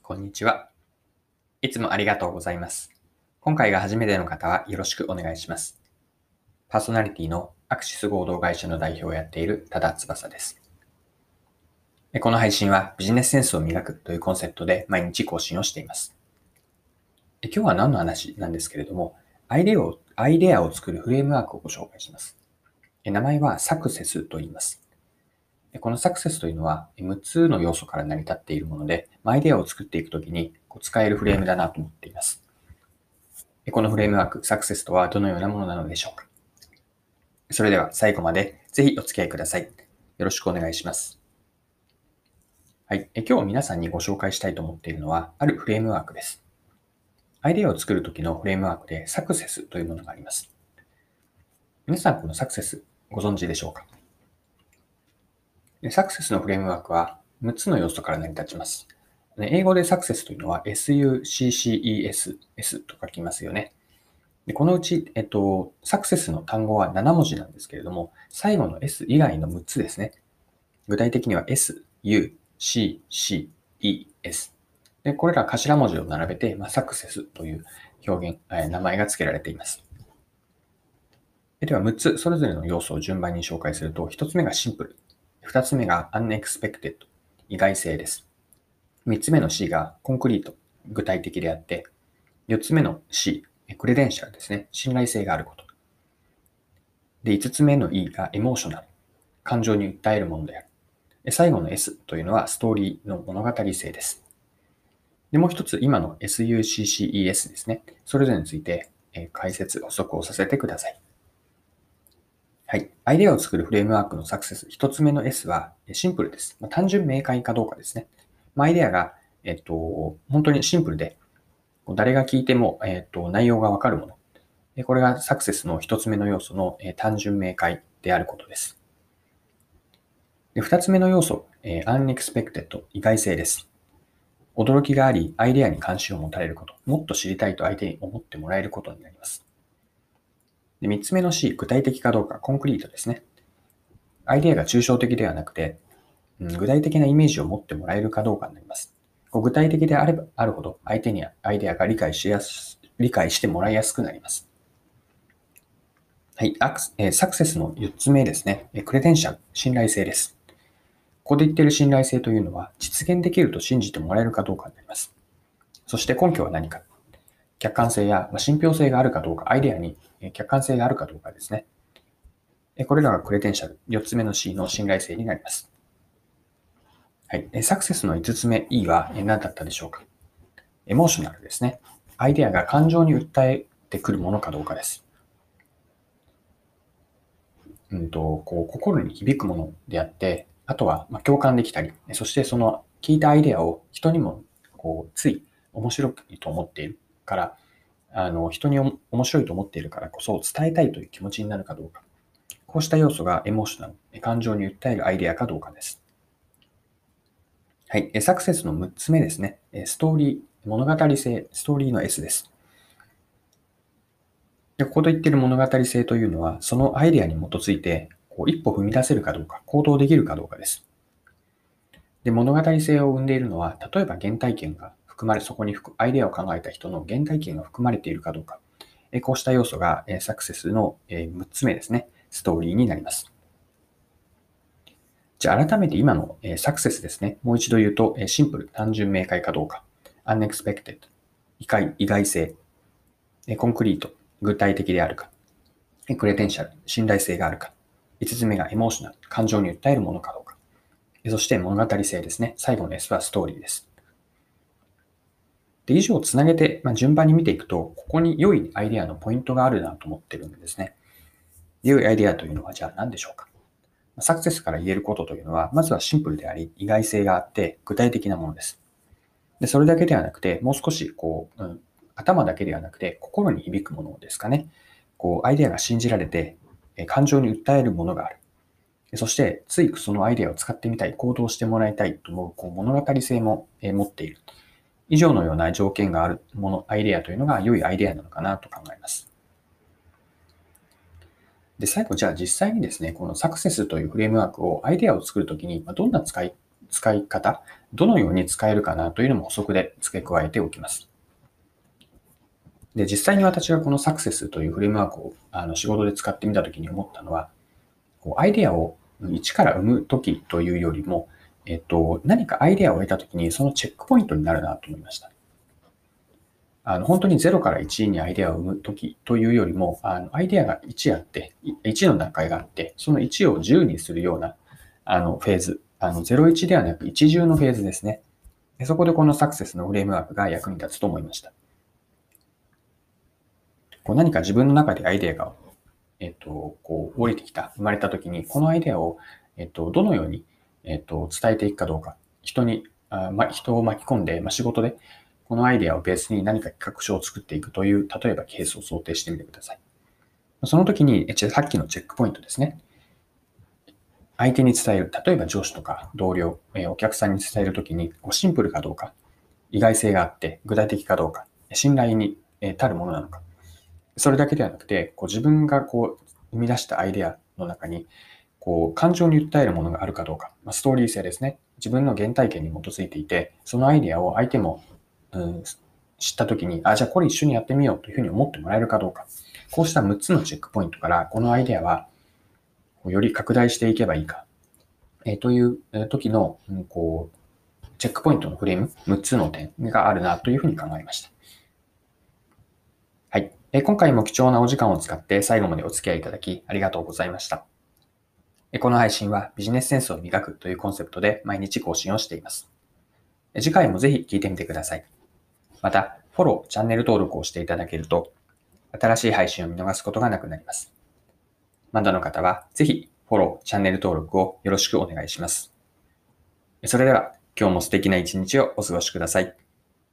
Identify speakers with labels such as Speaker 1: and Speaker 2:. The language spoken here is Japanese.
Speaker 1: こんにちは。いつもありがとうございます。今回が初めての方はよろしくお願いします。パーソナリティのアクシス合同会社の代表をやっている多田翼です。この配信はビジネスセンスを磨くというコンセプトで毎日更新をしています。今日は何の話なんですけれども、アイデアを作るフレームワークをご紹介します。名前はサクセスと言います。このサクセスというのは6つの要素から成り立っているもので、アイデアを作っていくときに使えるフレームだなと思っています。このフレームワーク、サクセスとはどのようなものなのでしょうか。それでは最後までぜひお付き合いください。よろしくお願いします。はい。今日皆さんにご紹介したいと思っているのは、あるフレームワークです。アイデアを作るときのフレームワークでサクセスというものがあります。皆さんこのサクセスご存知でしょうか。サクセスのフレームワークは6つの要素から成り立ちます。英語でサクセスというのは SUCCES と書きますよね。でこのうち、サクセスの単語は7文字なんですけれども、最後の S 以外の6つですね。具体的には S、U、C、C、E、S。で、これら頭文字を並べて、サクセスという表現、名前が付けられています。では、6つそれぞれの要素を順番に紹介すると、1つ目がシンプル。2つ目が unexpected、意外性です。3つ目の C がコンクリート、具体的であって、4つ目の C、クレデンシャルですね。信頼性があること。で、5つ目の E がエモーショナル。感情に訴えるものである。最後の S というのはストーリーの物語性です。で、もう一つ、今の SUCCES ですね。それぞれについて解説、補足をさせてください。はい。アイデアを作るフレームワークのサクセス。一つ目の S はシンプルです。単純明快かどうかですね。アイデアが、本当にシンプルで、誰が聞いても、内容がわかるもの。これがサクセスの一つ目の要素の単純明快であることです。二つ目の要素、unexpected、意外性です。驚きがあり、アイデアに関心を持たれること。もっと知りたいと相手に思ってもらえることになります。で三つ目の C、具体的かどうか、コンクリートですね。アイデアが抽象的ではなくて、具体的なイメージを持ってもらえるかどうかになります。具体的であればあるほど、相手にアイデアが理解してもらいやすくなります。はい、サクセスの4つ目ですね。クレデンシャル、信頼性です。ここで言っている信頼性というのは、実現できると信じてもらえるかどうかになります。そして根拠は何か。客観性や信憑性があるかどうか、アイデアに客観性があるかどうかですね。これらがクレデンシャル、4つ目の C の信頼性になります。はい、サクセスの5つ目 E は何だったでしょうか。エモーショナルですね。アイデアが感情に訴えてくるものかどうかです。心に響くものであって、あとは共感できたり、そしてその聞いたアイデアを人にもつい面白いと思っているから、人に面白いと思っているからこそ伝えたいという気持ちになるかどうか。こうした要素がエモーショナル、感情に訴えるアイデアかどうかです。はい。サクセスの6つ目ですね。ストーリー、物語性、ストーリーの S です。でここで言っている物語性というのは、そのアイデアに基づいて、一歩踏み出せるかどうか、行動できるかどうかです。で、物語性を生んでいるのは、例えば原体験が含まれ、そこにアイデアを考えた人の原体験が含まれているかどうか。こうした要素がサクセスの6つ目ですね。ストーリーになります。じゃあ改めて今のサクセスですね。もう一度言うと、シンプル、単純明快かどうか。unexpected、意外性。コンクリート、具体的であるか。クレデンシャル、信頼性があるか。5つ目がエモーショナル、感情に訴えるものかどうか。そして物語性ですね。最後の S はストーリーです。で、以上をつなげて、順番に見ていくと、ここに良いアイデアのポイントがあるなと思ってるんですね。良いアイデアというのはじゃあ何でしょうか。サクセスから言えることというのは、まずはシンプルであり、意外性があって、具体的なものです。で、それだけではなくて、もう少し頭だけではなくて、心に響くものですかね。アイデアが信じられて、感情に訴えるものがある。そして、ついそのアイデアを使ってみたい、行動してもらいたいと思う、物語性も持っている。以上のような条件があるアイデアというのが良いアイデアなのかなと考えます。で、最後、じゃあ実際にですね、このサクセスというフレームワークをアイデアを作るときにどんな使い使い方、どのように使えるかなというのも補足で付け加えておきます。で、実際に私がこのサクセスというフレームワークを仕事で使ってみたときに思ったのは、アイデアを一から生むときというよりも、何かアイデアを得たときにそのチェックポイントになるなと思いました。本当に0から1にアイデアを生むときというよりも、アイデアが1あって、1の段階があって、その1を10にするようなフェーズ、01ではなく110のフェーズですね。そこでこのサクセスのフレームワークが役に立つと思いました。何か自分の中でアイデアが、降りてきた、生まれたときに、このアイデアを、どのように、伝えていくかどうか、人を巻き込んで、仕事で、このアイデアをベースに何か企画書を作っていくという、例えばケースを想定してみてください。その時に、さっきのチェックポイントですね。相手に伝える、例えば上司とか同僚、お客さんに伝えるときに、シンプルかどうか、意外性があって、具体的かどうか、信頼に足るものなのか。それだけではなくて、自分が生み出したアイデアの中に、感情に訴えるものがあるかどうか、ストーリー性ですね。自分の原体験に基づいていて、そのアイデアを相手も、知ったときに、じゃあこれ一緒にやってみようというふうに思ってもらえるかどうか。こうした6つのチェックポイントから、このアイデアはより拡大していけばいいか。という時の、チェックポイントのフレーム、6つの点があるなというふうに考えました。はい。今回も貴重なお時間を使って最後までお付き合いいただきありがとうございました。この配信はビジネスセンスを磨くというコンセプトで毎日更新をしています。次回もぜひ聞いてみてください。また、フォロー、チャンネル登録をしていただけると、新しい配信を見逃すことがなくなります。まだの方はぜひフォロー、チャンネル登録をよろしくお願いします。それでは、今日も素敵な一日をお過ごしください。